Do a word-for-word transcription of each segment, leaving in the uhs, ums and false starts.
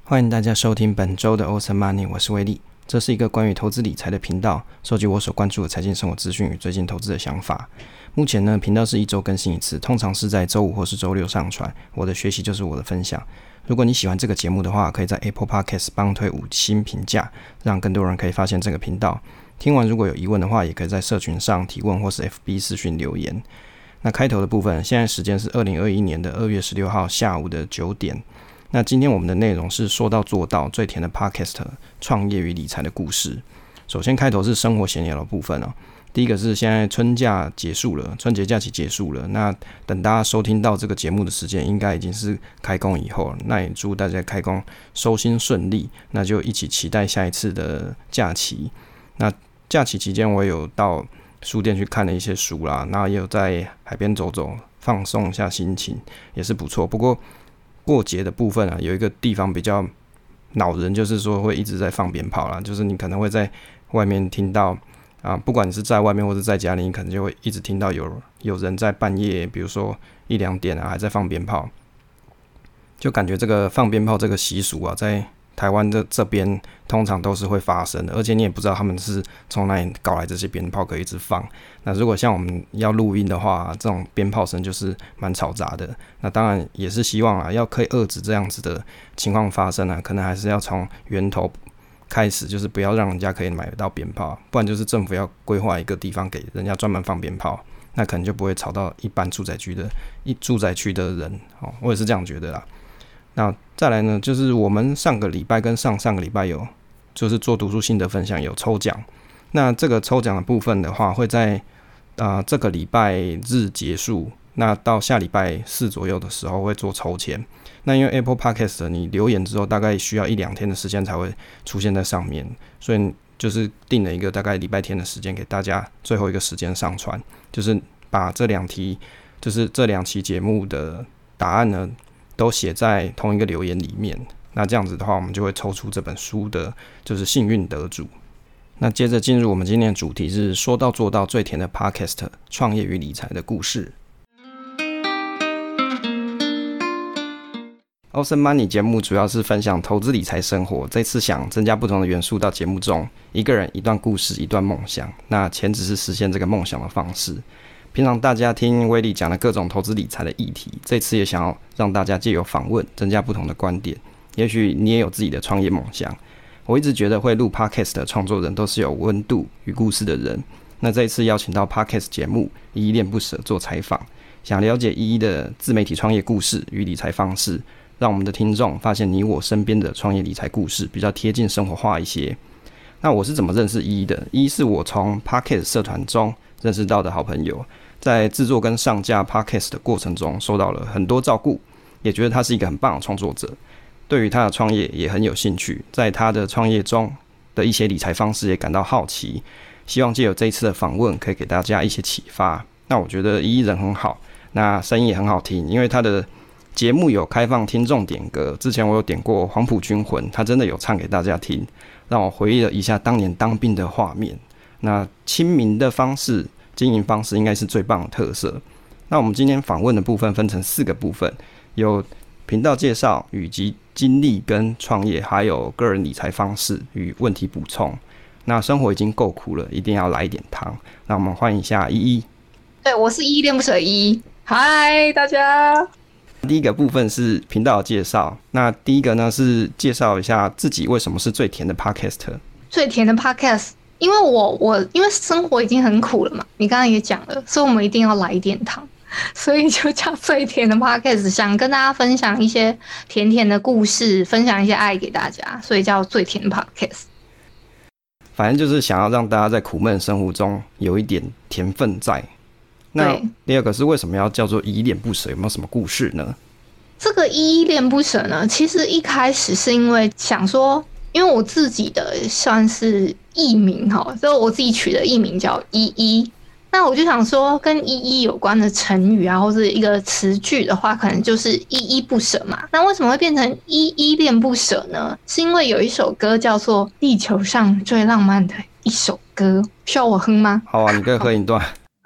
欢迎大家收听本周的 Awesome Money， 我是威利。这是一个关于投资理财的频道，收集我所关注的财经生活资讯与最近投资的想法。目前呢，频道是一周更新一次，通常是在周五或是周六上传。我的学习就是我的分享。如果你喜欢这个节目的话，可以在 Apple Podcast 帮推五星评价，让更多人可以发现这个频道。听完如果有疑问的话，也可以在社群上提问或是 F B 私讯留言。那开头的部分，现在时间是二零二一年的二月十六号下午的九点。那今天我们的内容是说到做到最甜的 Podcast 创业与理财的故事。首先开头是生活闲聊的部分哦。第一个是现在春假结束了，春节假期结束了，那等大家收听到这个节目的时间应该已经是开工以后了，那也祝大家开工收心顺利，那就一起期待下一次的假期。那假期期间我也有到书店去看了一些书啦，那也有在海边走走放松一下心情，也是不错。不过过节的部分啊，有一个地方比较恼人，就是说会一直在放鞭炮啦，就是你可能会在外面听到啊，不管你是在外面或是在家里，你可能就会一直听到有有人在半夜，比如说一两点啊，还在放鞭炮，就感觉这个放鞭炮这个习俗啊，在台湾的这边通常都是会发生的，而且你也不知道他们是从哪里搞来这些鞭炮可以一直放。那如果像我们要录音的话，这种鞭炮声就是蛮嘈杂的。那当然也是希望啊，要可以遏制这样子的情况发生啊，可能还是要从源头开始，就是不要让人家可以买得到鞭炮，不然就是政府要规划一个地方给人家专门放鞭炮，那可能就不会吵到一般住宅区的一住宅区的人。哦，我也是这样觉得啦。那再来呢，就是我们上个礼拜跟上上个礼拜有就是做读书心得分享，有抽奖。那这个抽奖的部分的话，会在呃这个礼拜日结束，那到下礼拜四左右的时候会做抽签。那因为 Apple Podcast 你留言之后，大概需要一两天的时间才会出现在上面，所以就是定了一个大概礼拜天的时间给大家，最后一个时间上传，就是把这两题，就是这两期节目的答案呢，都写在同一个留言里面。那这样子的话，我们就会抽出这本书的就是幸运得主。那接着进入我们今天的主题，是说到做到最甜的 Podcast 创业与理财的故事。Awesome Money 节目主要是分享投资理财生活，这次想增加不同的元素到节目中，一个人一段故事一段梦想，那钱只是实现这个梦想的方式。平常大家听威利讲的各种投资理财的议题，这次也想要让大家借由访问增加不同的观点，也许你也有自己的创业梦想。我一直觉得会录 Podcast 的创作人都是有温度与故事的人，那这一次邀请到 Podcast 节目依依恋不舍做采访，想了解依依的自媒体创业故事与理财方式，让我们的听众发现你我身边的创业理财故事比较贴近生活化一些。那我是怎么认识依依的？依依是我从 Podcast 社团中认识到的好朋友，在制作跟上架 Podcast 的过程中受到了很多照顾，也觉得他是一个很棒的创作者，对于他的创业也很有兴趣，在他的创业中的一些理财方式也感到好奇，希望借由这一次的访问可以给大家一些启发。那我觉得依依人很好，那声音也很好听，因为他的节目有开放听众点歌，之前我有点过黄埔军魂，他真的有唱给大家听，让我回忆了一下当年当兵的画面。那亲民的方式经营方式应该是最棒的特色。那我们今天访问的部分分成四个部分，有频道介绍以及经历跟创业，还有个人理财方式与问题补充。那生活已经够苦了，一定要来一点汤。那我们欢迎一下依依。 对，我是依依恋不舍依依。嗨，大家。 第一个部分是频道的介绍，那第一个呢是介绍一下自己为什么是最甜的 Podcast。 最甜的 Podcast， 因为我我因为生活已经很苦了嘛，你刚刚也讲了，所以我们一定要来一点糖，所以就叫最甜的 Podcast， 想跟大家分享一些甜甜的故事，分享一些爱给大家，所以叫最甜的 Podcast。 反正就是想要让大家在苦闷生活中有一点甜分在。那第二个是为什么要叫做依依恋不舍？有没有什么故事呢？ 这个依依恋不舍呢，其实一开始是因为想说，因为我自己的算是艺名哈，所以我自己取的艺名叫依依。那我就想说，跟依依有关的成语啊，或是一个词句的话，可能就是依依不舍嘛。那为什么会变成依依恋不舍呢？是因为有一首歌叫做《地球上最浪漫的一首歌》，需要我哼吗？ 好啊，你可以哼一段。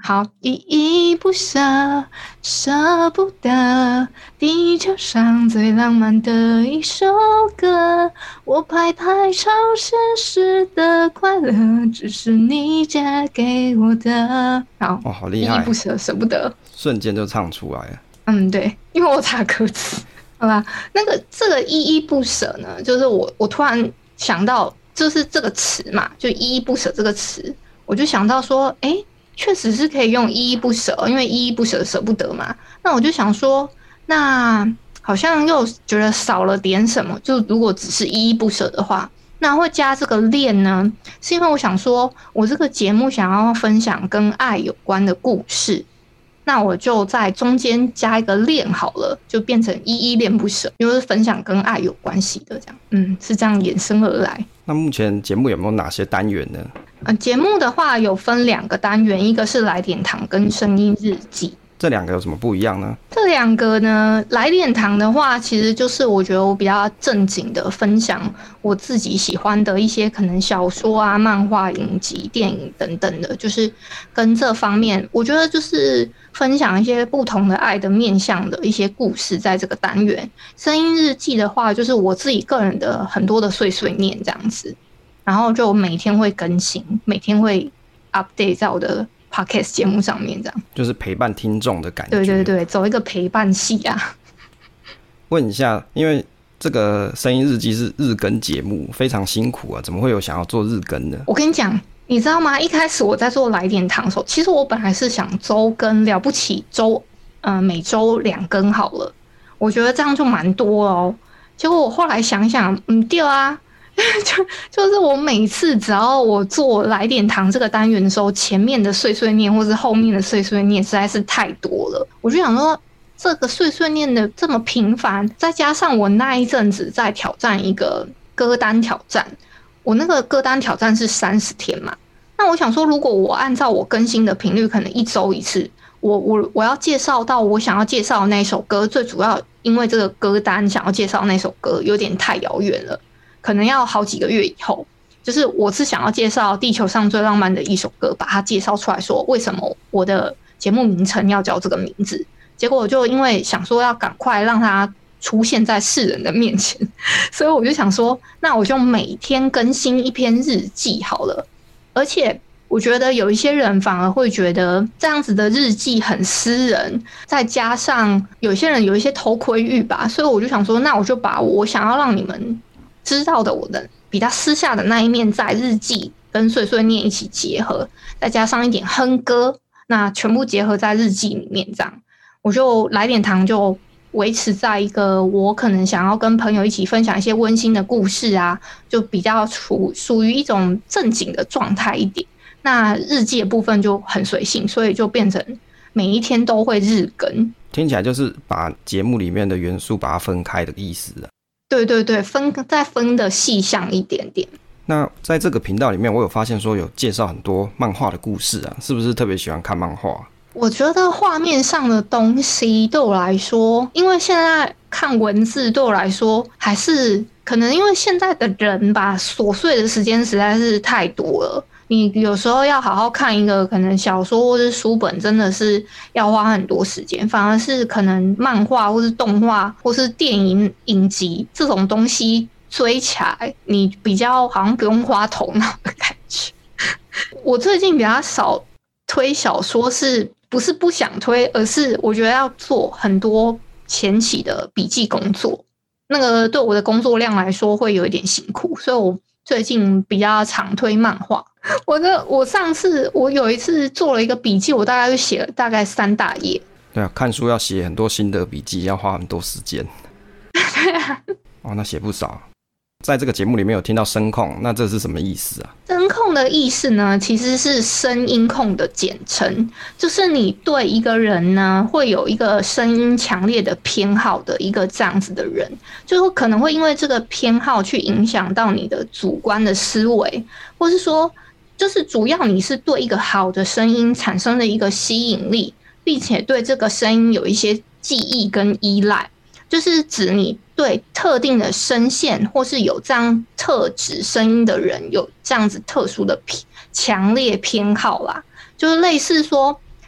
好，依依不舍，舍不得，地球上最浪漫的一首歌，我拍拍超现实的快乐，只是你借给我的。好， 哦，好厉害， 依依不舍，舍不得， 瞬间就唱出来了。 嗯，对，因为我查歌词，好吧，那个这个依依不舍呢，就是我我突然想到，就是这个词嘛，就依依不舍这个词，我就想到说，哎、欸。确实是可以用依依不舍，因为依依不舍舍不得嘛。那我就想说，那好像又觉得少了点什么。就如果只是依依不舍的话，那会加这个恋呢？是因为我想说，我这个节目想要分享跟爱有关的故事，那我就在中间加一个恋好了，就变成依依恋不舍，因为是分享跟爱有关系的这样。嗯，是这样衍生而来。 那目前节目有没有哪些单元呢？ 呃，节目的话有分两个单元，一个是来点糖跟声音日记。 这两个有什么不一样呢？ 这两个呢，来点糖的话，其实就是我觉得我比较正经的分享我自己喜欢的一些可能小说啊、漫画、影集、电影等等的，就是跟这方面，我觉得就是分享一些不同的爱的面向的一些故事，在这个单元。声音日记的话，就是我自己个人的很多的碎碎念这样子。然后就每天会更新，每天会 update 在我的 podcast 节目上面，这样就是陪伴听众的感觉。 对对对，走一个陪伴系啊。 问一下，因为这个声音日记是日更节目，非常辛苦啊，怎么会有想要做日更呢？ 我跟你讲，你知道吗？一开始我在做来点糖的时候，其实我本来是想周更，了不起周呃每周两更好了，我觉得这样就蛮多哦。结果我后来想想，嗯，对啊。就就是我每次只要我做来点糖这个单元的时候，前面的碎碎念或是后面的碎碎念实在是太多了，我就想说这个碎碎念的这么频繁，再加上我那一阵子在挑战一个歌单挑战，我那个歌单挑战是三十天嘛，那我想说如果我按照我更新的频率，可能一周一次，我我我要介绍到我想要介绍的那首歌，最主要因为这个歌单想要介绍那首歌有点太遥远了。可能要好几个月以后，就是我是想要介绍地球上最浪漫的一首歌，把它介绍出来说为什么我的节目名称要叫这个名字。结果我就因为想说要赶快让它出现在世人的面前，所以我就想说，那我就每天更新一篇日记好了。而且我觉得有一些人反而会觉得这样子的日记很私人，再加上有些人有一些偷窥欲吧，所以我就想说，那我就把我想要让你们知道的我的比较私下的那一面，在日记跟碎碎念一起结合，再加上一点哼歌，那全部结合在日记里面，这样我就来点糖就维持在一个我可能想要跟朋友一起分享一些温馨的故事啊，就比较处属于一种正经的状态一点。那日记的部分就很随性，所以就变成每一天都会日更。 听起来就是把节目里面的元素把它分开的意思啊。 对对对，分再分的细项一点点。 那在这个频道里面，我有发现说有介绍很多漫画的故事啊，是不是特别喜欢看漫画？ 我觉得画面上的东西对我来说，因为现在看文字对我来说，还是可能因为现在的人吧，琐碎的时间实在是太多了。你有时候要好好看一个可能小说或是书本，真的是要花很多时间，反而是可能漫画或是动画或是电影影集这种东西追起来，你比较好像不用花头脑的感觉。我最近比较少推小说，是不是不想推，而是我觉得要做很多前期的笔记工作，那个对我的工作量来说会有一点辛苦，所以我最近比较常推漫画。我的我上次我有一次做了一个笔记，我大概就写了大概三大页。 对啊，看书要写很多心得笔记，要花很多时间。 对啊， 哦，那写不少。在这个节目里面有听到声控，那这是什么意思啊？ 声控的意思呢，其实是声音控的简称，就是你对一个人呢会有一个声音强烈的偏好的一个这样子的人，就是可能会因为这个偏好去影响到你的主观的思维，或是说就是主要你是对一个好的声音产生了一个吸引力，并且对这个声音有一些记忆跟依赖，就是指你对特定的声线或是有这样特质声音的人有这样子特殊的强烈偏好啦，就是类似说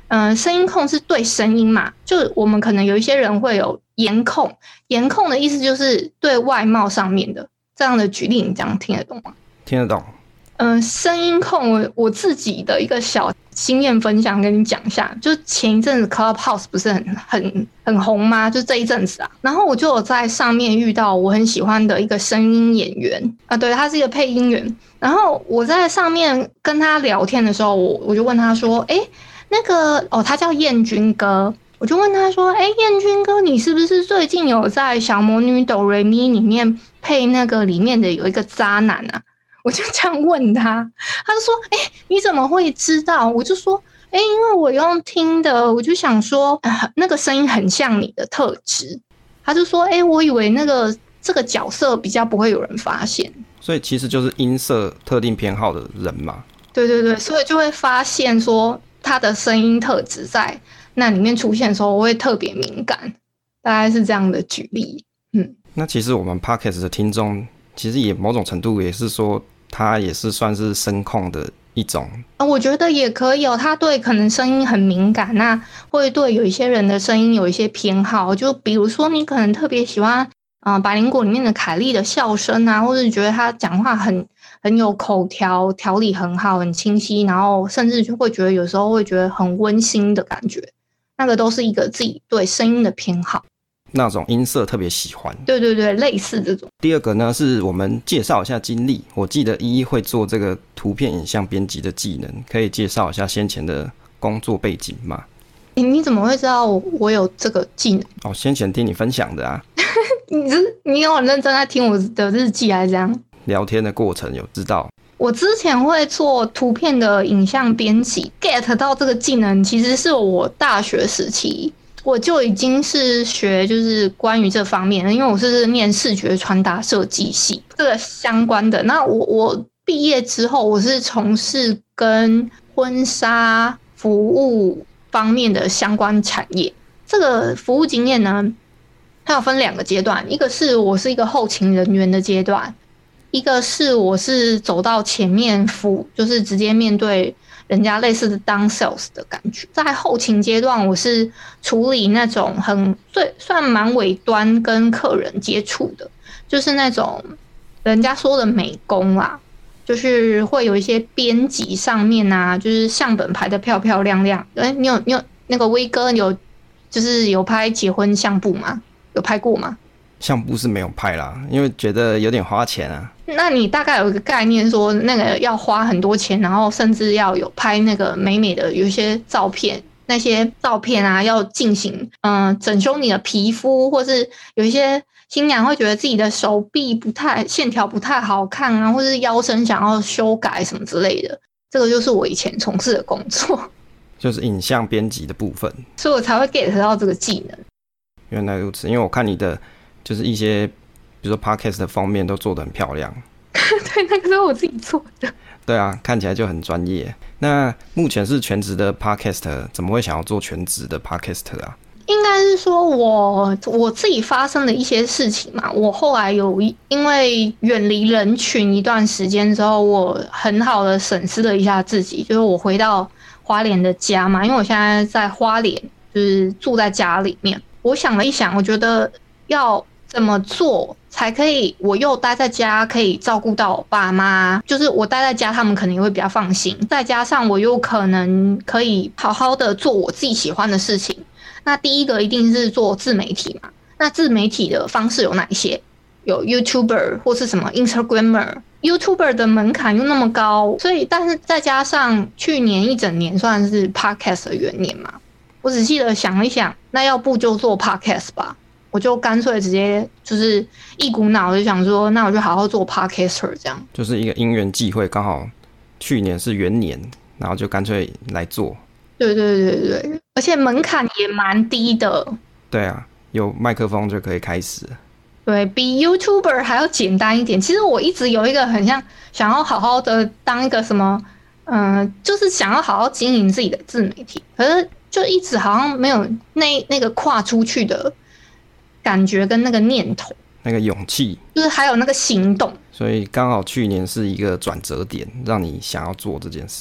嗯、呃，声音控是对声音嘛，就我们可能有一些人会有颜控，颜控的意思就是对外貌上面的这样的举例，你这样听得懂吗？ 听得懂。 嗯、呃，声音控我我自己的一个小经验分享跟你讲一下，就前一阵子 Clubhouse 不是很很很红吗？就这一阵子啊，然后我就有在上面遇到我很喜欢的一个声音演员啊，对，他是一个配音员。然后我在上面跟他聊天的时候，我我就问他说：“哎，那个哦，他叫彦君哥。”我就问他说：“哎，彦君哥，你是不是最近有在《小魔女哆瑞咪》里面配那个里面的有一个渣男啊？”我就这样问他，他就说：“哎、欸，你怎么会知道？”我就说：“哎、欸，因为我用听的，我就想说，呃、那个声音很像你的特质。”他就说：“哎、欸，我以为那个这个角色比较不会有人发现， 所以其实就是音色特定偏好的人嘛。” 对对对，所以就会发现说他的声音特质在那里面出现的时候，我会特别敏感，大概是这样的举例。嗯， 那其实我们 Podcast 的听众，其实也某种程度也是说。他也是算是声控的一种， 我觉得也可以哦。他对可能声音很敏感，那会对有一些人的声音有一些偏好，就比如说你可能特别喜欢，嗯、呃，百灵果里面的凯莉的笑声啊，或者觉得他讲话很很有口条，条理很好，很清晰，然后甚至就会觉得有时候会觉得很温馨的感觉，那个都是一个自己对声音的偏好。 那种音色特别喜欢， 对对对，类似这种。 第二个呢，是我们介绍一下经历。我记得依依会做这个图片影像编辑的技能，可以介绍一下先前的工作背景吗？ 欸、你怎么会知道我有这个技能？ 哦，先前听你分享的啊。 你是你有很认真在听我的日记还是这样？ 聊天的过程有知道。 我之前会做图片的影像编辑 ，get 到这个技能，其实是我大学时期。我就已经是学就是关于这方面的，因为我是念视觉传达设计系这个相关的。那我我毕业之后，我是从事跟婚纱服务方面的相关产业。这个服务经验呢，它有分两个阶段，一个是我是一个后勤人员的阶段，一个是我是走到前面服务，就是直接面对。人家类似的当 sales 的感觉，在后勤阶段，我是处理那种很最算蛮尾端跟客人接触的，就是那种人家说的美工啦，就是会有一些编辑上面啊，就是相本排得漂漂亮亮。哎、欸，你有你有那个威哥有就是有拍结婚相簿吗？有拍过吗？ 相簿是没有拍啦，因为觉得有点花钱啊。 那你大概有一个概念，说那个要花很多钱，然后甚至要有拍那个美美的有一些照片，那些照片啊要进行嗯、呃、整修你的皮肤，或是有一些新娘会觉得自己的手臂不太线条不太好看啊，或是腰身想要修改什么之类的，这个就是我以前从事的工作， 就是影像编辑的部分， 所以我才会 get 到这个技能。 原来如此，因为我看你的就是一些比如说 podcast 的封面都做得很漂亮。 对，那个是我自己做的。 对啊，看起来就很专业。那目前是全职的 podcaster， 怎么会想要做全职的 podcaster 啊？ 应该是说我我自己发生的一些事情嘛。我后来有因为远离人群一段时间之后，我很好的审视了一下自己，就是我回到花莲的家嘛，因为我现在在花莲，就是住在家里面。我想了一想，我觉得要怎么做才可以，我又待在家可以照顾到我爸妈，就是我待在家他们可能也会比较放心，再加上我又可能可以好好的做我自己喜欢的事情。那第一个一定是做自媒体嘛，那自媒体的方式有哪一些？有 YouTuber 或是什么 Instagrammer， YouTuber 的门槛又那么高，所以但是再加上去年一整年算是 Podcast 的元年嘛，我仔细的想一想，那要不就做 Podcast 吧，我就干脆直接就是一股脑就想说，那我就好好做 Podcaster 这样。 就是一个因缘际会，刚好去年是元年，然后就干脆来做。 对对对对，而且门槛也蛮低的。 对啊，有麦克风就可以开始了。 对，比 YouTuber 还要简单一点。其实我一直有一个很像想要好好的当一个什么，嗯、呃，就是想要好好经营自己的自媒体，可是就一直好像没有那那个跨出去的感觉跟那个念头， 那个勇气， 就是还有那个行动。 所以刚好去年是一个转折点，让你想要做这件事。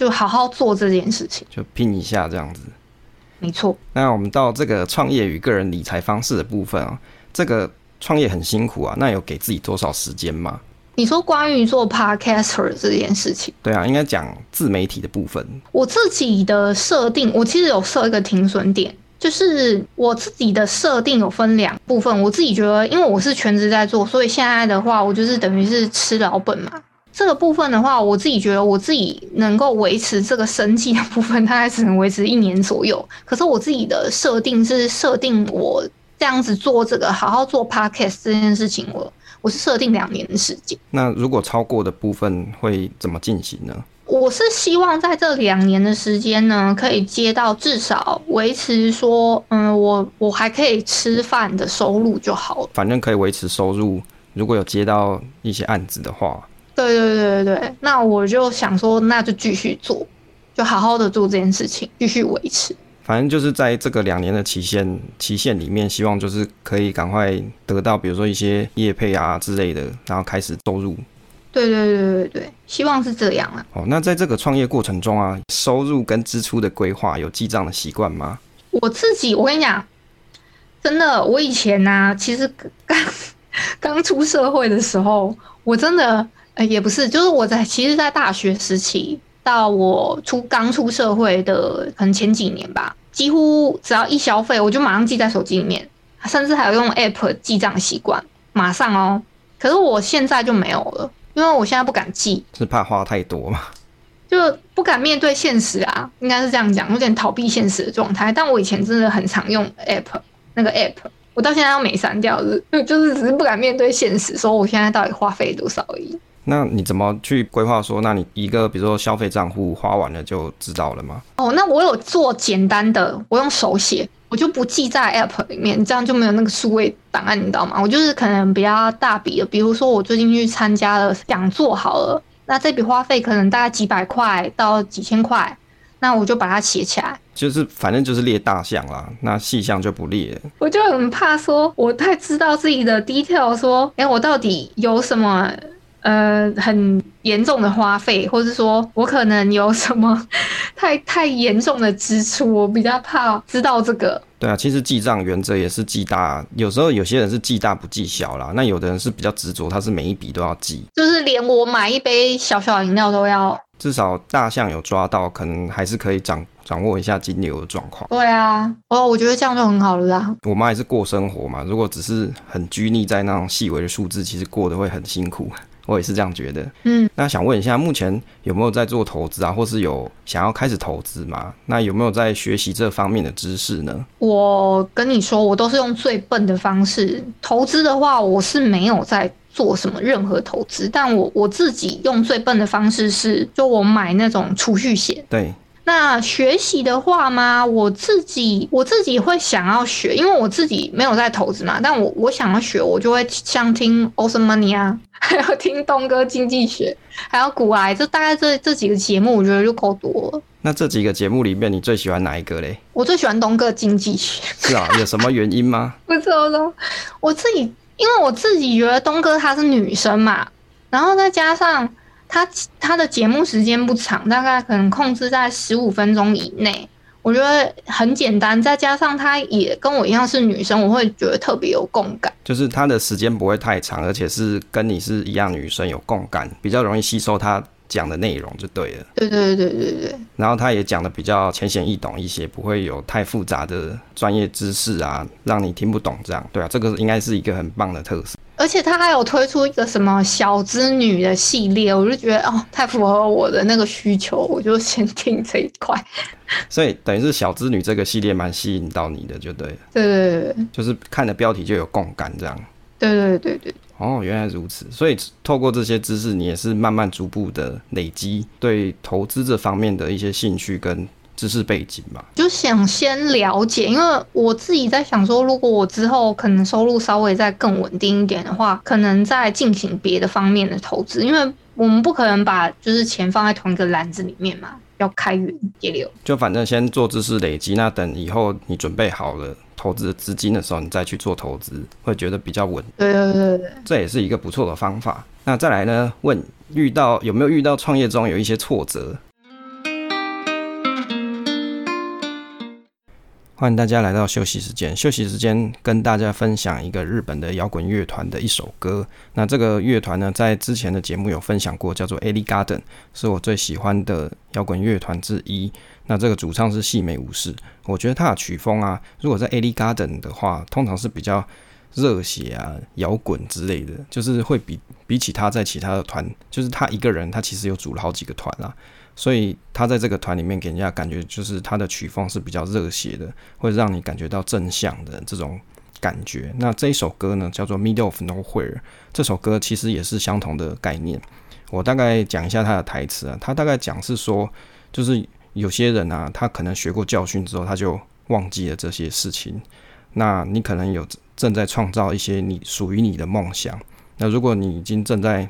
就好好做这件事情， 就拼一下这样子。 没错。 那我们到这个创业与个人理财方式的部分啊，这个创业很辛苦啊，那有给自己多少时间吗？ 你说关于做 podcaster 这件事情， 对啊，应该讲自媒体的部分。 我自己的设定，我其实有设一个停损点，就是我自己的设定有分两部分。我自己觉得，因为我是全职在做，所以现在的话，我就是等于是吃老本嘛。这个部分的话，我自己觉得我自己能够维持这个生计的部分，大概只能维持一年左右。可是我自己的设定是设定我这样子做这个好好做 podcast 这件事情，我我是设定两年的时间。 那如果超过的部分会怎么进行呢？ 我是希望在这两年的时间呢，可以接到至少维持说，嗯，我我还可以吃饭的收入就好了。 反正可以维持收入，如果有接到一些案子的话。 对对对对对，那我就想说，那就继续做，就好好的做这件事情，继续维持。 反正就是在这个两年的期限期限里面，希望就是可以赶快得到，比如说一些业配啊之类的，然后开始收入。 对对对对对，希望是这样啊。 哦，那在这个创业过程中啊，收入跟支出的规划有记账的习惯吗？ 我自己，我跟你讲，真的，我以前啊，其实刚刚出社会的时候，我真的。呃，也不是，就是我在其实，在大学时期到我出刚出社会的可能前几年吧，几乎只要一消费，我就马上记在手机里面，甚至还有用 app 记账习惯，马上哦。可是我现在就没有了，因为我现在不敢记， 是怕花太多嘛？ 就不敢面对现实啊，应该是这样讲，有点逃避现实的状态。但我以前真的很常用 app 那个 app， 我到现在都没删掉，就是只是不敢面对现实，说我现在到底花费多少而已。 那你怎么去规划说，那你一个比如说消费账户花完了就知道了吗？ 哦，那我有做简单的，我用手写，我就不记在 app 里面，这样就没有那个数位档案，你知道吗？我就是可能比较大笔的，比如说我最近去参加了讲座好了，那这笔花费可能大概几百块到几千块，那我就把它写起来。 就是反正就是列大项啦，那细项就不列了。 我就很怕说，我太知道自己的 detail， 说，哎，我到底有什么？呃，很严重的花费，或是说我可能有什么太太严重的支出，我比较怕知道这个。 对啊，其实记账原则也是记大，有时候有些人是记大不记小啦，那有的人是比较执着，他是每一笔都要记， 就是连我买一杯小小饮料都要。 至少大项有抓到，可能还是可以掌掌握一下金流的状况。 对啊，哦，我觉得这样就很好了啦。 我妈也是过生活嘛，如果只是很拘泥在那种细微的数字，其实过得会很辛苦。我也是这样觉得。 嗯， 那想问一下，目前有没有在做投资啊，或是有想要开始投资吗？那有没有在学习这方面的知识呢？ 我跟你说，我都是用最笨的方式投资的话，我是没有在做什么任何投资，但我我自己用最笨的方式是，就我买那种储蓄险。 对。 那学习的话吗？我自己我自己会想要学，因为我自己没有在投资嘛，但我我想要学，我就会像听 Awesome Money 啊，还有听东哥经济学，还有股癌，就大概这这几个节目，我觉得就够多了。 那这几个节目里面，你最喜欢哪一个嘞？ 我最喜欢东哥经济学。 是啊，有什么原因吗？ 不知道，我自己因为我自己觉得东哥她是女生嘛，然后再加上。他他的节目时间不长，大概可能控制在十五分钟以内，我觉得很简单。再加上他也跟我一样是女生，我会觉得特别有共感。 就是他的时间不会太长，而且是跟你是一样女生有共感，比较容易吸收他讲的内容就对了。 对对对对对。 然后他也讲的比较浅显易懂一些，不会有太复杂的专业知识啊，让你听不懂这样。对啊，这个应该是一个很棒的特色。 而且他还有推出一个什么小资女的系列，我就觉得哦，太符合我的那个需求，我就先听这一块。 所以等于是小资女这个系列蛮吸引到你的，就对了。 对对对， 就是看的标题就有共感这样。 对对对对。 哦，原来如此。所以透过这些知识，你也是慢慢逐步的累积对投资这方面的一些兴趣跟知识背景吧， 就想先了解，因为我自己在想说，如果我之后可能收入稍微再更稳定一点的话，可能再进行别的方面的投资，因为我们不可能把就是钱放在同一个篮子里面嘛，要开源节流。就反正先做知识累积，那等以后你准备好了投资的资金的时候，你再去做投资，会觉得比较稳。 对对对对， 这也是一个不错的方法。那再来呢，问遇到有没有遇到创业中有一些挫折？ 欢迎大家来到休息时间。休息时间跟大家分享一个日本的摇滚乐团的一首歌。那这个乐团呢，在之前的节目有分享过，叫做 Ellie Garden， 是我最喜欢的摇滚乐团之一。那这个主唱是细美武士，我觉得他的曲风啊，如果在 Ellie Garden 的话，通常是比较热血啊、摇滚之类的，就是会比比起他在其他的团，就是他一个人，他其实有组了好几个团啦。所以他在这个团里面给人家感觉就是他的曲风是比较热血的，会让你感觉到正向的这种感觉。那这一首歌呢叫做 Middle of Nowhere， 这首歌其实也是相同的概念。我大概讲一下他的台词啊，他大概讲是说，就是有些人啊，他可能学过教训之后，他就忘记了这些事情。那你可能有正在创造一些你属于你的梦想。那如果你已经正在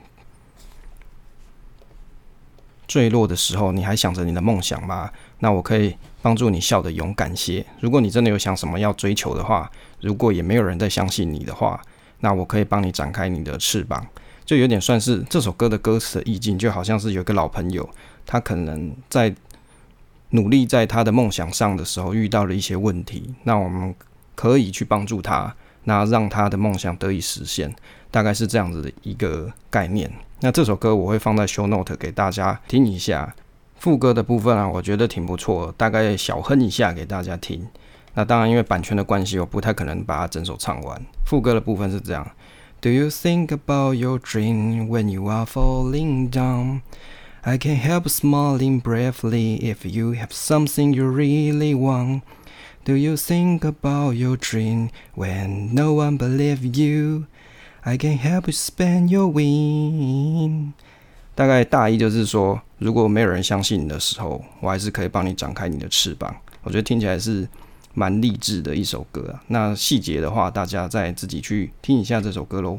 坠落的时候，你还想着你的梦想吗？那我可以帮助你笑得勇敢些。如果你真的有想什么要追求的话，如果也没有人在相信你的话，那我可以帮你展开你的翅膀。就有点算是这首歌的歌词的意境，就好像是有一个老朋友，他可能在努力在他的梦想上的时候遇到了一些问题，那我们可以去帮助他，那让他的梦想得以实现，大概是这样子的一个概念。那这首歌我会放在 show note 给大家听一下，副歌的部分啊，我觉得挺不错，大概小哼一下给大家听。那当然因为版权的关系，我不太可能把它整首唱完。副歌的部分是这样 ：Do you think about your dream when you are falling down? I can't help smiling bravely if you have something you really want.Do you think about your dream when no one believes you? I can't help but spend your wing. 大概大意就是说，如果没有人相信你的时候，我还是可以帮你展开你的翅膀。我觉得听起来是蛮励志的一首歌啊。那细节的话，大家再自己去听一下这首歌咯。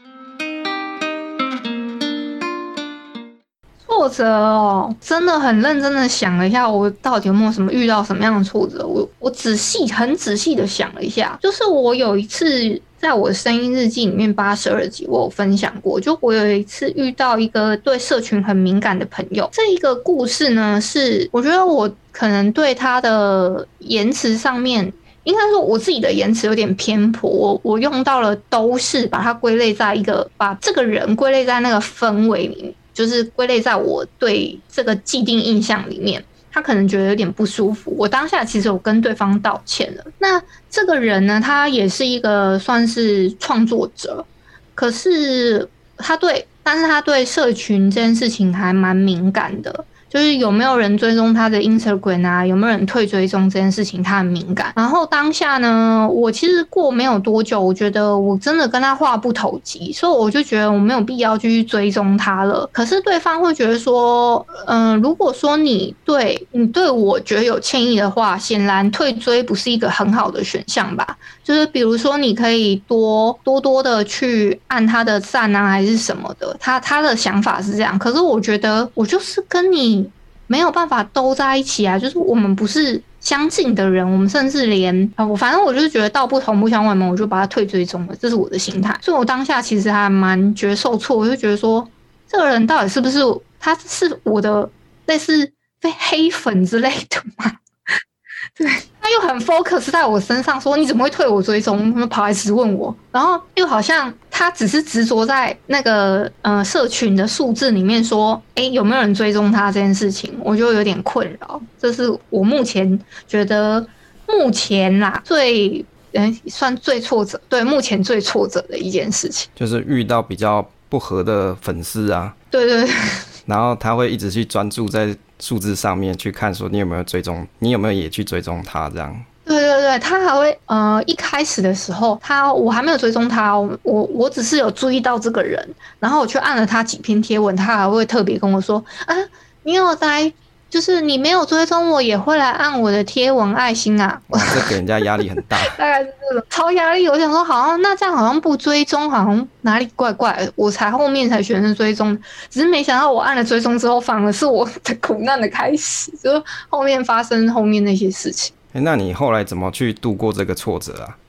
挫折哦，真的很认真的想了一下，我到底有没有什么遇到什么样的挫折？我我仔细很仔细的想了一下，就是我有一次在我的声音日记里面八十二集，我有分享过，就我有一次遇到一个对社群很敏感的朋友。这一个故事呢，是我觉得我可能对他的言辞上面，应该说我自己的言辞有点偏颇，我我用到了都是把它归类在一个把这个人归类在那个氛围里面。就是归类在我对这个既定印象里面，他可能觉得有点不舒服。我当下其实有跟对方道歉了。那这个人呢，他也是一个算是创作者，可是他对，但是他对社群这件事情还蛮敏感的。就是有没有人追踪他的 Instagram 啊，有没有人退追踪这件事情他很敏感。然后当下呢，我其实过没有多久，我觉得我真的跟他话不投机，所以我就觉得我没有必要继续追踪他了。可是对方会觉得说，嗯、呃，如果说你对你对我觉得有歉意的话，显然退追不是一个很好的选项吧。就是比如说你可以多多多的去按他的赞啊，还是什么的，他他的想法是这样。可是我觉得我就是跟你没有办法都在一起啊，就是我们不是相近的人，我们甚至连我反正我就是觉得道不同不相为谋，我就把他退追踪了，这是我的心态。所以我当下其实还蛮觉得受挫，我就觉得说这个人到底是不是他是我的类似非黑粉之类的吗？对，他又很 focus 在我身上，说你怎么会退我追踪？他们跑来质问我，然后又好像他只是执着在那个呃社群的数字里面说，哎，有没有人追踪他这件事情，我就有点困扰。这是我目前觉得目前啦最嗯算最挫折，对，目前最挫折的一件事情， 就是遇到比较不合的粉丝啊， 对对对， 然后他会一直去专注在数字上面去看，说你有没有追踪，你有没有也去追踪他这样。 对对对，他还会呃，一开始的时候，他我还没有追踪他，我我只是有注意到这个人，然后我去按了他几篇贴文，他还会特别跟我说啊，你有在，就是你没有追踪我，也会来按我的贴文爱心啊。 哇，这给人家压力很大， 大概是这种超压力。我想说，好像那这样好像不追踪，好像哪里怪怪的，我才后面才选择追踪，只是没想到我按了追踪之后，反而是我的苦难的开始，就后面发生后面那些事情。 欸，那你后来怎么去度过这个挫折啊？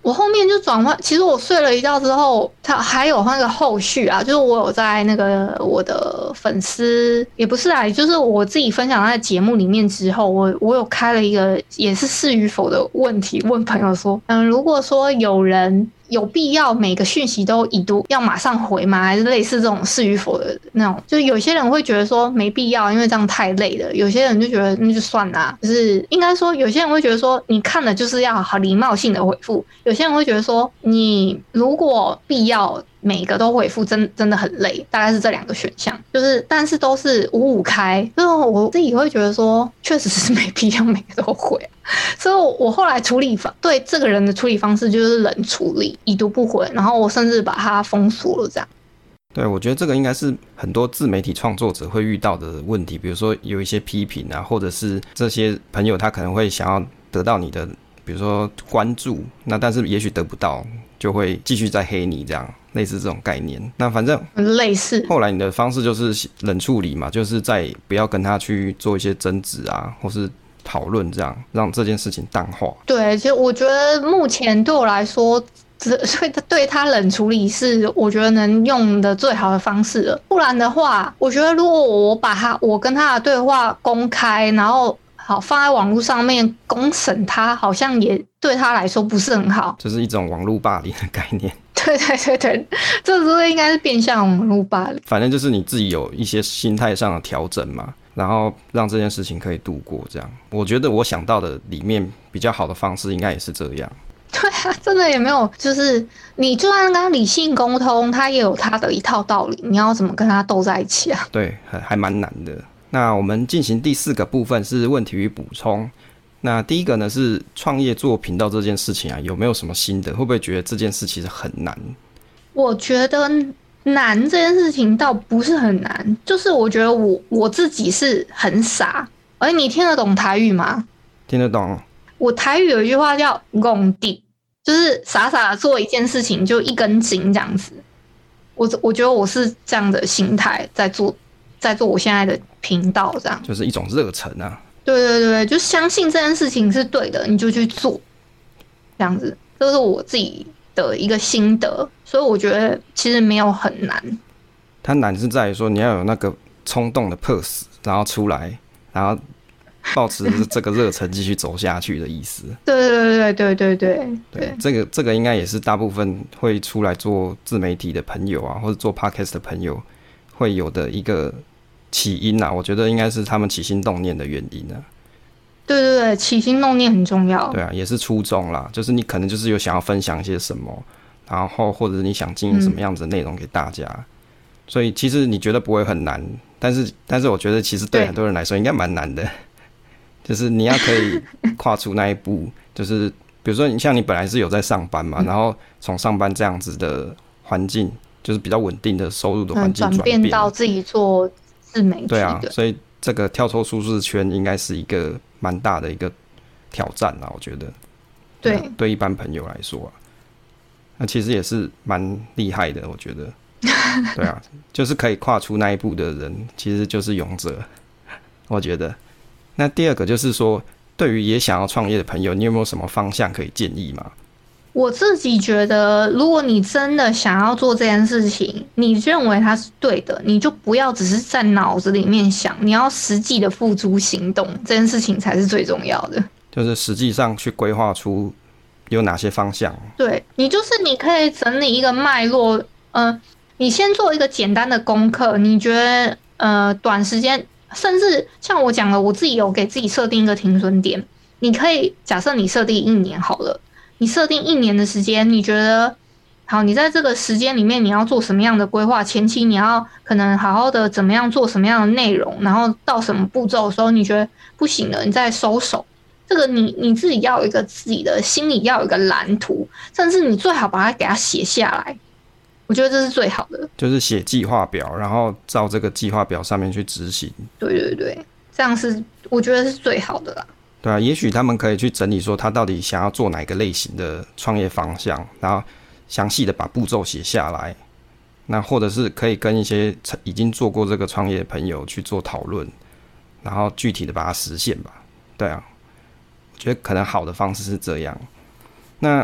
我后面就转换，其实我睡了一觉之后，他还有那个后续啊，就是我有在那个我的粉丝也不是啊，就是我自己分享在节目里面之后，我我有开了一个也是是与否的问题，问朋友说，嗯，如果说有人有必要每个讯息都已读要马上回吗？还是类似这种是与否的那种？就有些人会觉得说没必要，因为这样太累了；有些人就觉得那就算啦。就是应该说，有些人会觉得说你看了就是要好礼貌性的回复；有些人会觉得说你如果必要每个都回复真真的很累，大概是这两个选项。就是但是都是五五开，就是我自己会觉得说，确实是没必要每个都回。所以我后来处理方对这个人的处理方式就是冷处理，已读不回，然后我甚至把他封锁了这样。 对，我觉得这个应该是很多自媒体创作者会遇到的问题，比如说有一些批评啊，或者是这些朋友他可能会想要得到你的比如说关注，那但是也许得不到，就会继续再黑你这样，类似这种概念。那反正类似后来你的方式就是冷处理嘛，就是再不要跟他去做一些争执啊，或是讨论，这样让这件事情淡化。 对，其实我觉得目前对我来说，所以对他冷处理是我觉得能用的最好的方式了。不然的话，我觉得如果我把他我跟他的对话公开，然后好放在网络上面公审他，好像也对他来说不是很好。 这是一种网络霸凌的概念。 对对对对，这时候应该是变相网络霸凌。 反正就是你自己有一些心态上的调整嘛，然后让这件事情可以度过，这样。我觉得我想到的里面比较好的方式应该也是这样。 对啊，真的也没有，就是你就算跟他理性沟通，他也有他的一套道理，你要怎么跟他斗在一起啊？ 对，还还蛮难的。那我们进行第四个部分是问题与补充。那第一个呢是创业做频道这件事情啊，有没有什么心得？会不会觉得这件事其实很难？ 我觉得难这件事情倒不是很难，就是我觉得我我自己是很傻。而你听得懂台语吗？ 听得懂。 我台语有一句话叫“戇直”，就是傻傻的做一件事情就一根筋这样子。我我觉得我是这样的心态在做，在做我现在的频道，这样就是一种热忱啊。 对对对，就相信这件事情是对的，你就去做，这样子，这是我自己的一个心得。所以我觉得其实没有很难。 它难是在于说你要有那个冲动的 purse， 然后出来，然后抱持这个热忱继续走下去的意思。 对对对对对对对，这个这个应该也是大部分会出来做自媒体的朋友啊，或者做 podcast 的朋友会有的一个起因啊。我觉得应该是他们起心动念的原因啊。 对对对，起心动念很重要。 对啊，也是初衷啦，就是你可能就是有想要分享一些什么，然后或者是你想经营什么样子的内容给大家。嗯，所以其实你觉得不会很难，但是但是我觉得其实对很多人来说应该蛮难的。就是你要可以跨出那一步，就是比如说你像你本来是有在上班嘛，嗯，然后从上班这样子的环境，就是比较稳定的收入的环境转变， 转变到自己做自媒体。 对啊，所以这个跳出舒适圈应该是一个蛮大的一个挑战啊，我觉得。 对， 对啊，对一般朋友来说啊，那其实也是蛮厉害的，我觉得。对啊，就是可以跨出那一步的人，其实就是勇者，我觉得。那第二个就是说，对于也想要创业的朋友，你有没有什么方向可以建议吗？ 我自己觉得，如果你真的想要做这件事情，你认为它是对的，你就不要只是在脑子里面想，你要实际的付诸行动，这件事情才是最重要的。 就是实际上去规划出有哪些方向。 对，你就是你可以整理一个脉络，呃，你先做一个简单的功课，你觉得呃短时间。甚至像我讲的，我自己有给自己设定一个停损点。你可以假设你设定一年好了，你设定一年的时间，你觉得好，你在这个时间里面你要做什么样的规划？前期你要可能好好的怎么样做什么样的内容，然后到什么步骤的时候你觉得不行了，你再收手。这个你你自己要有一个自己的心里要有一个蓝图，甚至你最好把它给它写下来。我觉得这是最好的， 就是写计划表，然后照这个计划表上面去执行。 对对对，这样是我觉得是最好的啦。 对啊，也许他们可以去整理说他到底想要做哪个类型的创业方向，然后详细的把步骤写下来。那或者是可以跟一些已经做过这个创业的朋友去做讨论，然后具体的把它实现吧。对啊，我觉得可能好的方式是这样。那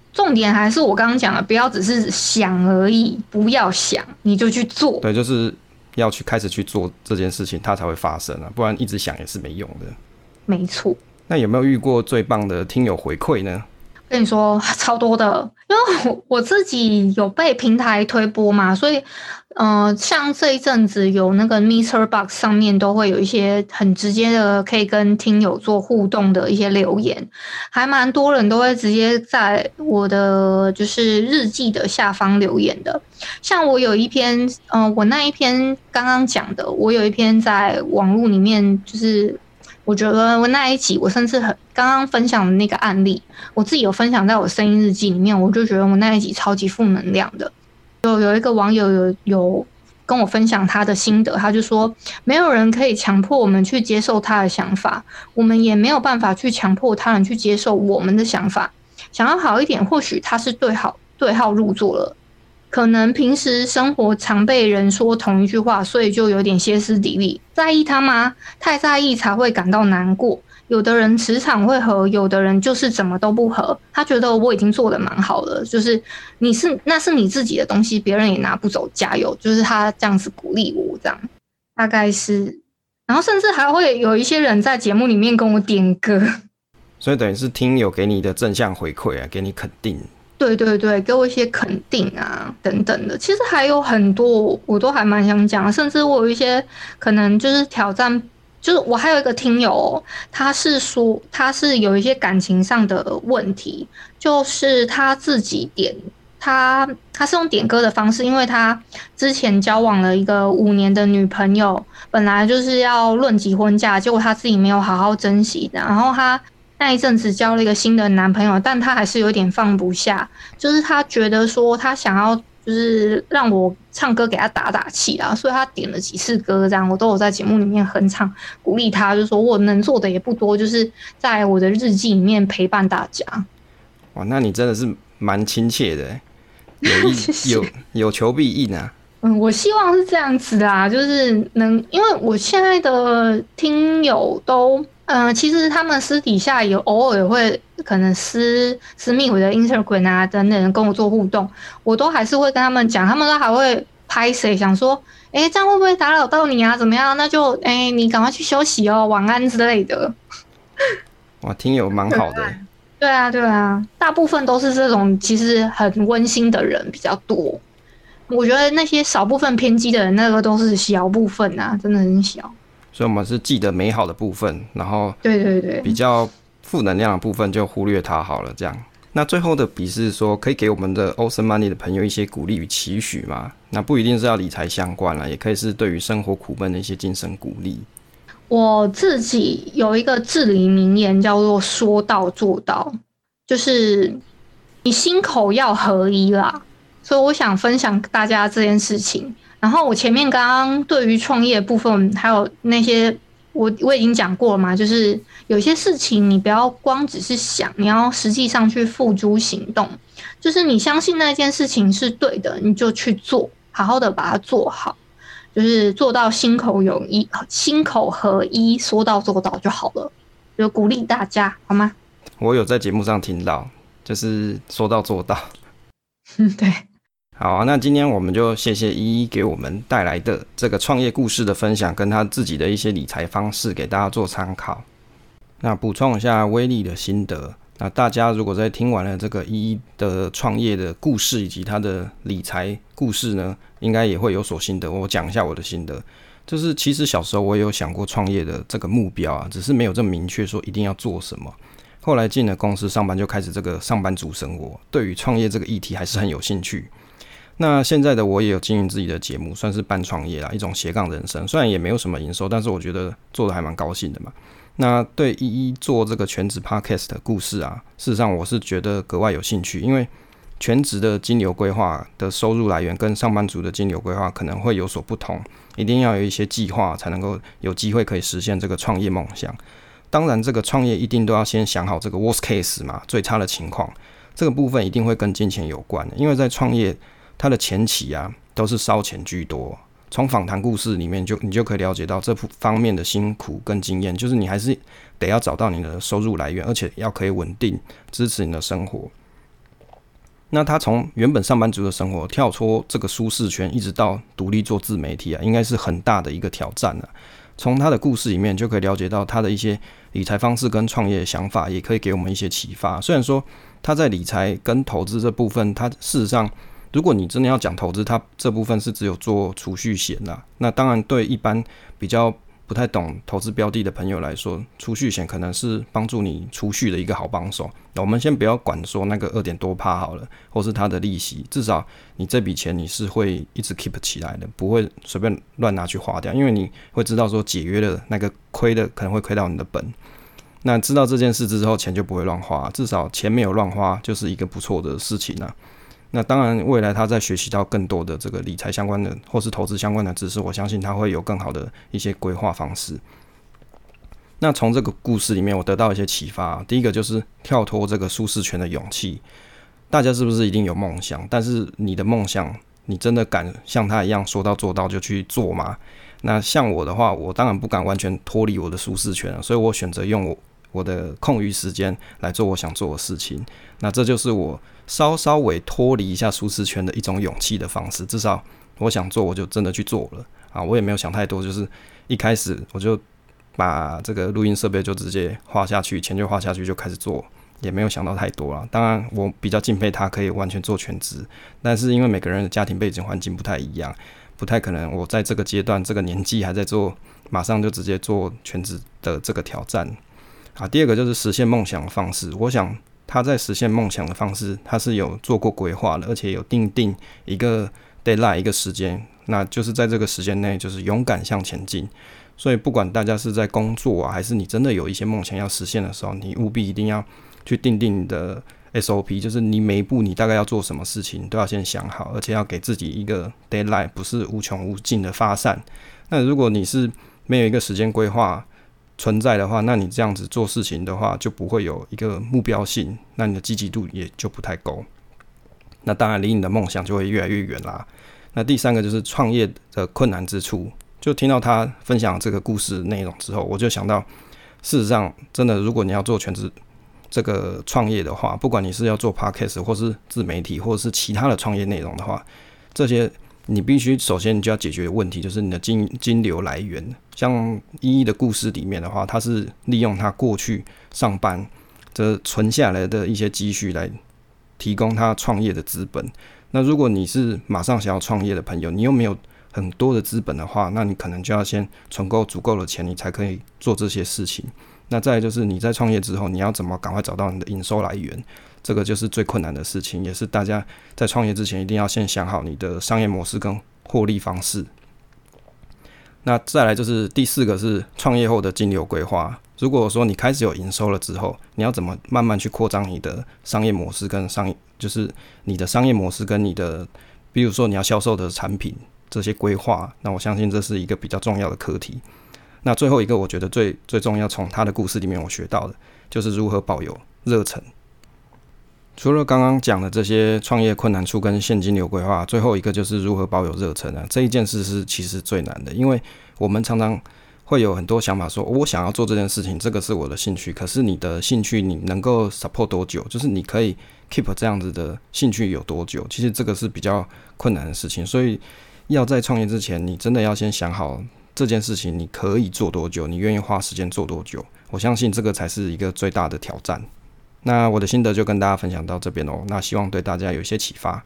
重点还是我刚刚讲的，不要只是想而已，不要想你就去做。 对，就是要去开始去做这件事情，它才会发生啊，不然一直想也是没用的。 没错。 那有没有遇过最棒的听友回馈呢？ 跟你说超多的，因为我我自己有被平台推播嘛，所以呃，像这一阵子有那个 MixerBox 上面都会有一些很直接的可以跟听友做互动的一些留言，还蛮多人都会直接在我的就是日记的下方留言的。像我有一篇，呃，我那一篇刚刚讲的，我有一篇在网络里面就是。我觉得我那一集，我甚至很刚刚分享的那个案例，我自己有分享在我声音日记里面，我就觉得我那一集超级负能量的。就有一个网友有有跟我分享他的心得，他就说，没有人可以强迫我们去接受他的想法，我们也没有办法去强迫他人去接受我们的想法。想要好一点，或许他是对号对号入座了。可能平时生活常被人说同一句话，所以就有点歇斯底里。在意他吗？太在意才会感到难过。有的人磁场会合，有的人就是怎么都不合。他觉得我已经做得蛮好了，就是你是那是你自己的东西，别人也拿不走，加油！就是他这样子鼓励我，这样大概是。然后甚至还会有一些人在节目里面跟我点歌， 所以等于是听友给你的正向回馈啊，给你肯定。 对对对，给我一些肯定啊，等等的。其实还有很多，我都还蛮想讲，甚至我有一些可能就是挑战，就是我还有一个听友、哦，他是说他是有一些感情上的问题，就是他自己点他他是用点歌的方式，因为他之前交往了一个五年的女朋友，本来就是要论及婚嫁，结果他自己没有好好珍惜的，然后他。那一阵子交了一个新的男朋友，但他还是有点放不下，就是他觉得说他想要就是让我唱歌给他打打气啊，所以他点了几次歌，这样我都有在节目里面哼唱鼓励他，就说我能做的也不多，就是在我的日记里面陪伴大家。 哇，那你真的是蛮亲切的，有意有有求必应啊。 嗯，我希望是这样子啦，就是能，因为我现在的听友都。嗯、呃，其实他们私底下有偶尔也会可能私私密我的 Instagram 啊等等跟我做互动，我都还是会跟他们讲，他们都还会拍谁想说，哎、欸，这样会不会打扰到你啊？怎么样？那就哎、欸，你赶快去休息哦，晚安之类的。 哇，听友蛮好的。 对啊，对啊，大部分都是这种其实很温馨的人比较多。我觉得那些少部分偏激的人，那个都是小部分啊，真的很小。 所以我们是记得美好的部分，然后对对对， 比较负能量的部分就忽略它好了。这样，那最后的笔是说，可以给我们的 Awesome Money 的朋友一些鼓励与期许嘛？那不一定是要理财相关啦，也可以是对于生活苦闷的一些精神鼓励。 我自己有一个至理名言，叫做“说到做到”，就是你心口要合一啦。所以我想分享大家这件事情。然后我前面刚刚对于创业部分，还有那些我我已经讲过了嘛，就是有些事情你不要光只是想，你要实际上去付诸行动。就是你相信那件事情是对的，你就去做，好好的把它做好，就是做到心口有一，心口合一，说到做到就好了。就鼓励大家，好吗？ 我有在节目上听到，就是说到做到。 嗯，对。 好啊，那今天我们就谢谢依依给我们带来的这个创业故事的分享，跟他自己的一些理财方式给大家做参考。那补充一下威力的心得，那大家如果在听完了这个依依的创业的故事以及他的理财故事呢，应该也会有所心得。我讲一下我的心得，就是其实小时候我也有想过创业的这个目标啊，只是没有这么明确说一定要做什么。后来进了公司上班，就开始这个上班族生活，对于创业这个议题还是很有兴趣。那现在的我也有经营自己的节目，算是半创业啦，一种斜杠人生。虽然也没有什么营收，但是我觉得做的还蛮高兴的嘛。那对依依做这个全职 podcast 的故事啊，事实上我是觉得格外有兴趣，因为全职的金流规划的收入来源跟上班族的金流规划可能会有所不同，一定要有一些计划才能够有机会可以实现这个创业梦想。当然，这个创业一定都要先想好这个 worst case 嘛，最差的情况，这个部分一定会跟金钱有关的，因为在创业它的前期啊都是烧钱居多。从访谈故事里面就你就可以了解到这方面的辛苦跟经验，就是你还是得要找到你的收入来源，而且要可以稳定支持你的生活。 那他从原本上班族的生活跳脱这个舒适圈，一直到独立做自媒体啊，应该是很大的一个挑战啊。从他的故事里面就可以了解到他的一些理财方式跟创业的想法，也可以给我们一些启发。虽然说他在理财跟投资这部分，他事实上如果你真的要讲投资，他这部分是只有做储蓄险啦。那当然对一般比较不太懂投资标的的朋友来说，储蓄险可能是帮助你储蓄的一个好帮手。我们先不要管说那个二点多趴好了，或是它的利息，至少你这笔钱你是会一直 keep 起来的，不会随便乱拿去花掉，因为你会知道说解约的那个亏的可能会亏到你的本。那知道这件事之后，钱就不会乱花，至少钱没有乱花就是一个不错的事情啊。那当然未来他在学习到更多的这个理财相关的或是投资相关的知识，我相信他会有更好的一些规划方式。那从这个故事里面我得到一些启发，第一个就是跳脱这个舒适圈的勇气。大家是不是一定有梦想？但是你的梦想你真的敢像他一样说到做到就去做吗？那像我的话，我当然不敢完全脱离我的舒适圈，所以我选择用我我的空余时间来做我想做的事情。那这就是我稍稍微脱离一下舒适圈的一种勇气的方式。至少我想做我就真的去做了啊，我也没有想太多，就是一开始我就把这个录音设备就直接花下去，钱就花下去就开始做，也没有想到太多啦。当然我比较敬佩他可以完全做全职，但是因为每个人的家庭背景环境不太一样，不太可能我在这个阶段这个年纪还在做马上就直接做全职的这个挑战啊。第二个就是实现梦想的方式，我想他在实现梦想的方式他是有做过规划的，而且有定定一个 deadline 一个时间，那就是在这个时间内就是勇敢向前进。所以不管大家是在工作啊，还是你真的有一些梦想要实现的时候，你务必一定要去定定你的 S O P， 就是你每一步你大概要做什么事情都要先想好，而且要给自己一个 deadline， 不是无穷无尽的发散。那如果你是没有一个时间规划存在的话，那你这样子做事情的话就不会有一个目标性，那你的积极度也就不太够，那当然离你的梦想就会越来越远啦。那第三个就是创业的困难之处，就听到他分享这个故事内容之后，我就想到事实上真的如果你要做全职这个创业的话，不管你是要做 podcast 或是自媒体或者是其他的创业内容的话，这些你必须首先你就要解决的问题就是你的金金流来源。像依依的故事里面的话，他是利用他过去上班这存下来的一些积蓄来提供他创业的资本。那如果你是马上想要创业的朋友，你又没有很多的资本的话，那你可能就要先存够足够的钱，你才可以做这些事情。那再来就是你在创业之后，你要怎么赶快找到你的营收来源，这个就是最困难的事情，也是大家在创业之前一定要先想好你的商业模式跟获利方式。那再来就是第四个是创业后的金流规划。如果说你开始有营收了之后，你要怎么慢慢去扩张你的商业模式跟商业，就是你的商业模式跟你的，比如说你要销售的产品这些规划，那我相信这是一个比较重要的课题。那最后一个我觉得最最重要，从他的故事里面我学到的就是如何保有热忱。除了刚刚讲的这些创业困难处跟现金流规划，最后一个就是如何保有热忱啊。这一件事是其实最难的，因为我们常常会有很多想法说，我想要做这件事情，这个是我的兴趣，可是你的兴趣你能够 support 多久，就是你可以 keep 这样子的兴趣有多久，其实这个是比较困难的事情。所以要在创业之前，你真的要先想好这件事情你可以做多久，你愿意花时间做多久，我相信这个才是一个最大的挑战。那我的心得就跟大家分享到这边咯，那希望对大家有一些启发。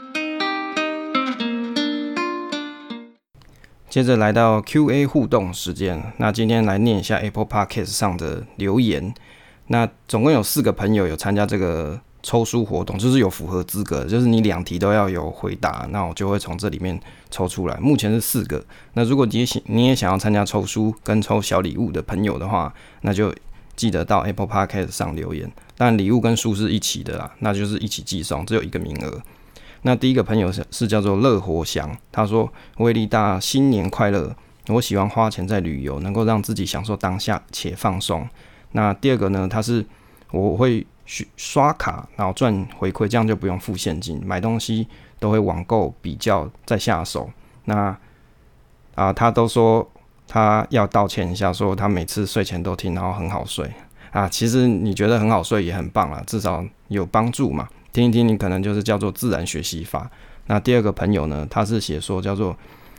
接着来到 Q A 互动时间，那今天来念一下 Apple Podcast 上的留言。那总共有四个朋友有参加这个抽书活动，就是有符合资格，就是你两题都要有回答，那我就会从这里面抽出来。目前是四个，那如果你也想要参加抽书跟抽小礼物的朋友的话，那就记得到 Apple Podcast 上留言。但礼物跟书是一起的啦，那就是一起寄送，只有一个名额。那第一个朋友是叫做乐活祥，他说威力大新年快乐，我喜欢花钱在旅游，能够让自己享受当下且放松。那第二个呢，他是我会刷卡然后赚回馈，这样就不用付现金，买东西都会网购比较再下手。那啊，他都说他要道歉一下，说他每次睡前都听，然后很好睡啊。其实你觉得很好睡也很棒啦，至少有帮助嘛。 听一听你可能就是叫做自然学习法。那第二个朋友呢，他是写说叫做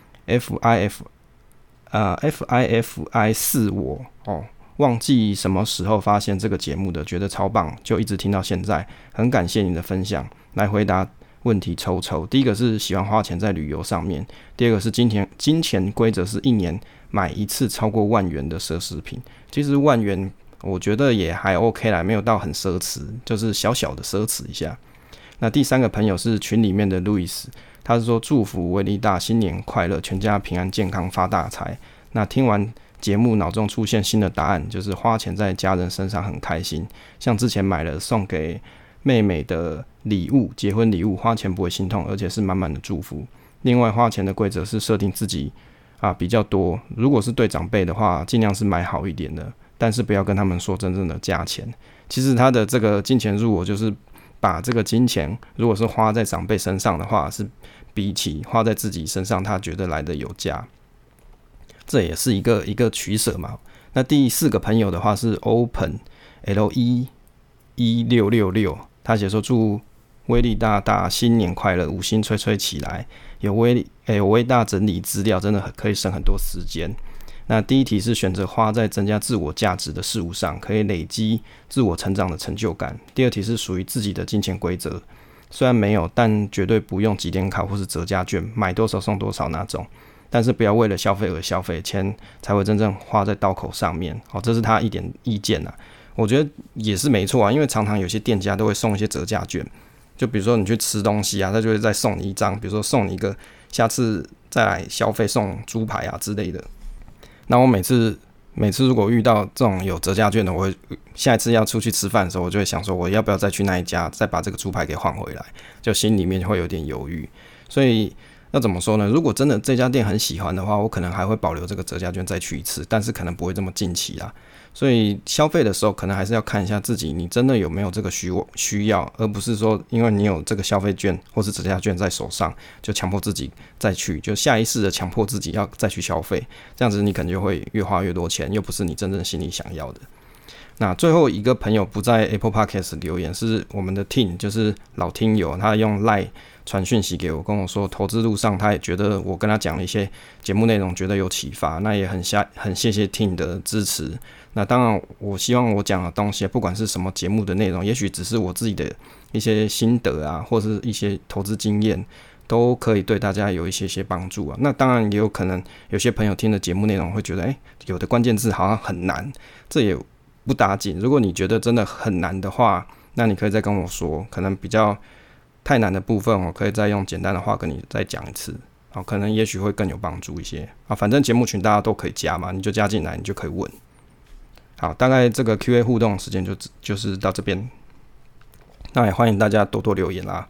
F I F 呃 F I F I 四我哦，忘记什么时候发现这个节目的，觉得超棒，就一直听到现在，很感谢你的分享。来回答问题抽抽，第一个是喜欢花钱在旅游上面，第二个是金钱金钱规则是一年买一次超过万元的奢侈品。其实万元我觉得也还 OK 啦，没有到很奢侈，就是小小的奢侈一下。那第三个朋友是群里面的路易斯，他是说祝福威力大新年快乐，全家平安健康发大财。那听完节目脑中出现新的答案，就是花钱在家人身上很开心，像之前买了送给妹妹的礼物，结婚礼物，花钱不会心痛，而且是满满的祝福。另外花钱的规则是设定自己啊比较多，如果是对长辈的话，尽量是买好一点的，但是不要跟他们说真正的价钱。其实他的这个金钱入我就是把这个金钱如果是花在长辈身上的话，是比起花在自己身上他觉得来的有价，这也是一个一个取舍嘛。那第四个朋友的话是 Open L E 一六六六，他写说祝威力大大新年快乐，五星吹吹起来。有威、欸、有威大整理资料，真的可以省很多时间。那第一题是选择花在增加自我价值的事物上，可以累积自我成长的成就感。第二题是属于自己的金钱规则，虽然没有，但绝对不用集点卡或是折价券，买多少送多少那种。但是不要为了消费而消费，钱才会真正花在刀口上面。好，这是他一点意见啊，我觉得也是没错啊，因为常常有些店家都会送一些折价券，就比如说你去吃东西啊，他就会再送你一张，比如说送你一个下次再来消费送猪排啊之类的。那我每次每次如果遇到这种有折价券的，我会下一次要出去吃饭的时候，我就会想说我要不要再去那一家再把这个猪排给换回来，就心里面会有点犹豫。所以那怎么说呢？如果真的这家店很喜欢的话，我可能还会保留这个折价券再去一次，但是可能不会这么近期啦。所以消费的时候可能还是要看一下自己你真的有没有这个 需, 需要，而不是说因为你有这个消费券或是折价券在手上就强迫自己再去，就下意识的强迫自己要再去消费，这样子你可能就会越花越多钱，又不是你真正心里想要的。那最后一个朋友不在 Apple Podcast 留言，是我们的 Team， 就是老听友，他用 Line 传讯息给我，跟我说投资路上他也觉得我跟他讲了一些节目内容觉得有启发，那也很下很谢谢 Team 的支持。那当然我希望我讲的东西不管是什么节目的内容，也许只是我自己的一些心得啊，或是一些投资经验，都可以对大家有一些些帮助啊。那当然也有可能有些朋友听的节目内容会觉得，哎、欸，有的关键字好像很难，这也不打紧。如果你觉得真的很难的话，那你可以再跟我说，可能比较太难的部分，我可以再用简单的话跟你再讲一次，好，可能也许会更有帮助一些啊。反正节目群大家都可以加嘛，你就加进来，你就可以问。好，大概这个 Q A 互动时间就就是到这边，那也欢迎大家多多留言啦。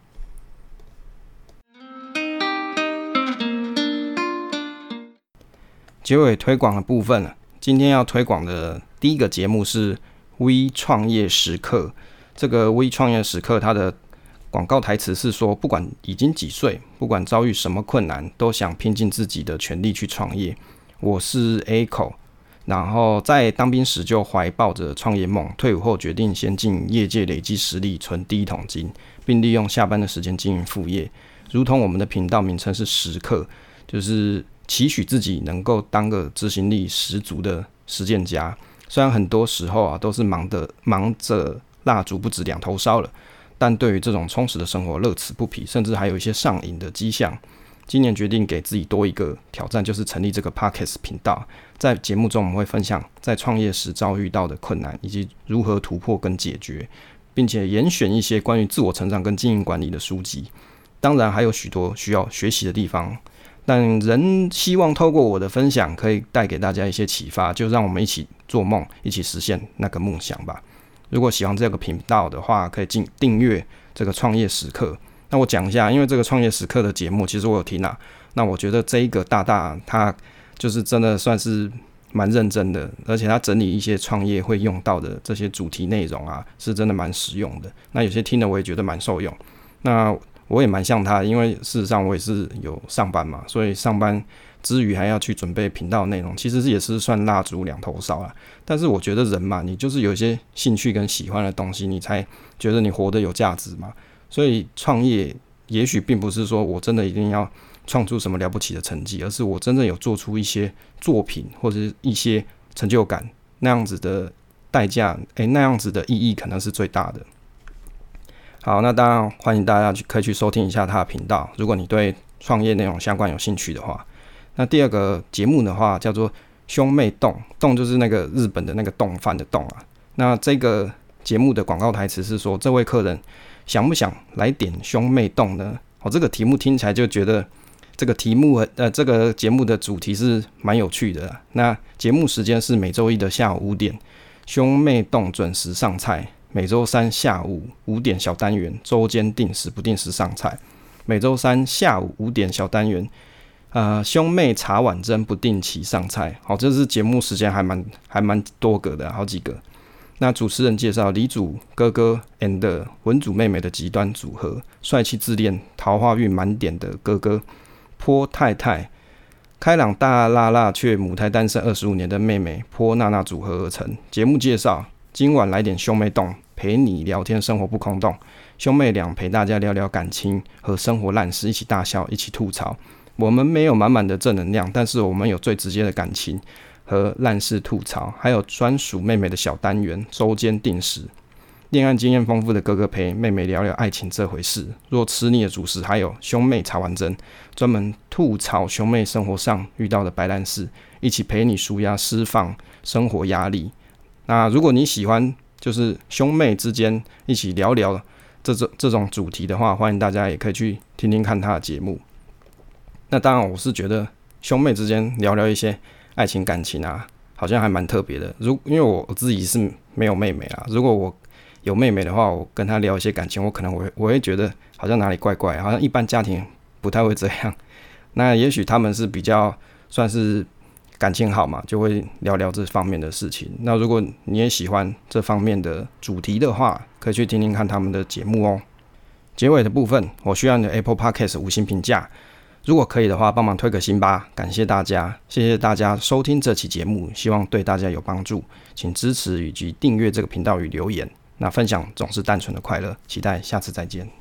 结尾推广的部分，今天要推广的第一个节目是 V 创业时刻。这个 V 创业时刻，它的广告台词是说，不管已经几岁，不管遭遇什么困难，都想拼尽自己的全力去创业。我是 A 口。然后在当兵时就怀抱着创业梦，退伍后决定先进业界累积实力，存第一桶金，并利用下班的时间经营副业。如同我们的频道名称是时刻，就是期许自己能够当个执行力十足的实践家。虽然很多时候啊都是忙的忙着蜡烛不止两头烧了，但对于这种充实的生活乐此不疲，甚至还有一些上瘾的迹象。今年决定给自己多一个挑战，就是成立这个 Podcast 频道。在节目中我们会分享在创业时遭遇到的困难，以及如何突破跟解决，并且严选一些关于自我成长跟经营管理的书籍。当然还有许多需要学习的地方，但仍希望透过我的分享可以带给大家一些启发，就让我们一起做梦，一起实现那个梦想吧。如果喜欢这个频道的话，可以进订阅这个创业时刻。那我讲一下，因为这个创业时刻的节目其实我有听啊，那我觉得这一个大大他就是真的算是蛮认真的，而且他整理一些创业会用到的这些主题内容啊，是真的蛮实用的。那有些听了我也觉得蛮受用。那我也蛮像他，因为事实上我也是有上班嘛，所以上班之余还要去准备频道内容，其实也是算蜡烛两头烧啊。但是我觉得人嘛，你就是有一些兴趣跟喜欢的东西，你才觉得你活得有价值嘛。 所以创业也许并不是说我真的一定要创出什么了不起的成绩，而是我真正有做出一些作品或者是一些成就感，那样子的代价，欸，那样子的意义可能是最大的。好，那当然欢迎大家去可以去收听一下他的频道，如果你对创业内容相关有兴趣的话。那第二个节目的话叫做兄妹洞，洞就是那个日本的那个冻饭的冻啊。那这个节目的广告台词是说，这位客人想不想来点兄妹洞呢？哦，这个题目听起来就觉得这个题目呃这个节目的主题是蛮有趣的啦。那节目时间是每周一的下午五点，兄妹洞准时上菜。每周三下午五点小单元，周间定时不定时上菜。每周三下午五点小单元，呃，兄妹茶碗蒸不定期上菜。好，这是节目时间还蛮还蛮多个的，好几个。那主持人介绍李主哥哥 and 文主妹妹的极端组合，帅气自恋、桃花运满点的哥哥坡太太，开朗大辣辣却母胎单身二十五年的妹妹坡娜娜组合而成。节目介绍。今晚来点兄妹洞，陪你聊天，生活不空洞。兄妹俩陪大家聊聊感情和生活烂事，一起大笑，一起吐槽。我们没有满满的正能量，但是我们有最直接的感情和烂事吐槽，还有专属妹妹的小单元，周间定时。恋爱经验丰富的哥哥陪妹妹聊聊爱情这回事。若吃腻的主食，还有兄妹茶碗蒸，专门吐槽兄妹生活上遇到的白烂事，一起陪你抒压释放生活压力。那如果你喜欢就是兄妹之间一起聊聊这种这种主题的话，欢迎大家也可以去听听看他的节目。那当然，我是觉得兄妹之间聊聊一些爱情感情啊，好像还蛮特别的。如因为我自己是没有妹妹啦，如果我有妹妹的话，我跟她聊一些感情，我可能我 会, 我会觉得好像哪里怪怪，好像一般家庭不太会这样。那也许他们是比较算是。感情好嘛，就会聊聊这方面的事情。那如果你也喜欢这方面的主题的话，可以去听听看他们的节目哦。结尾的部分，我需要你的 Apple Podcast 五星评价，如果可以的话，帮忙推个星吧，感谢大家，谢谢大家收听这期节目，希望对大家有帮助，请支持以及订阅这个频道与留言。那分享总是单纯的快乐，期待下次再见。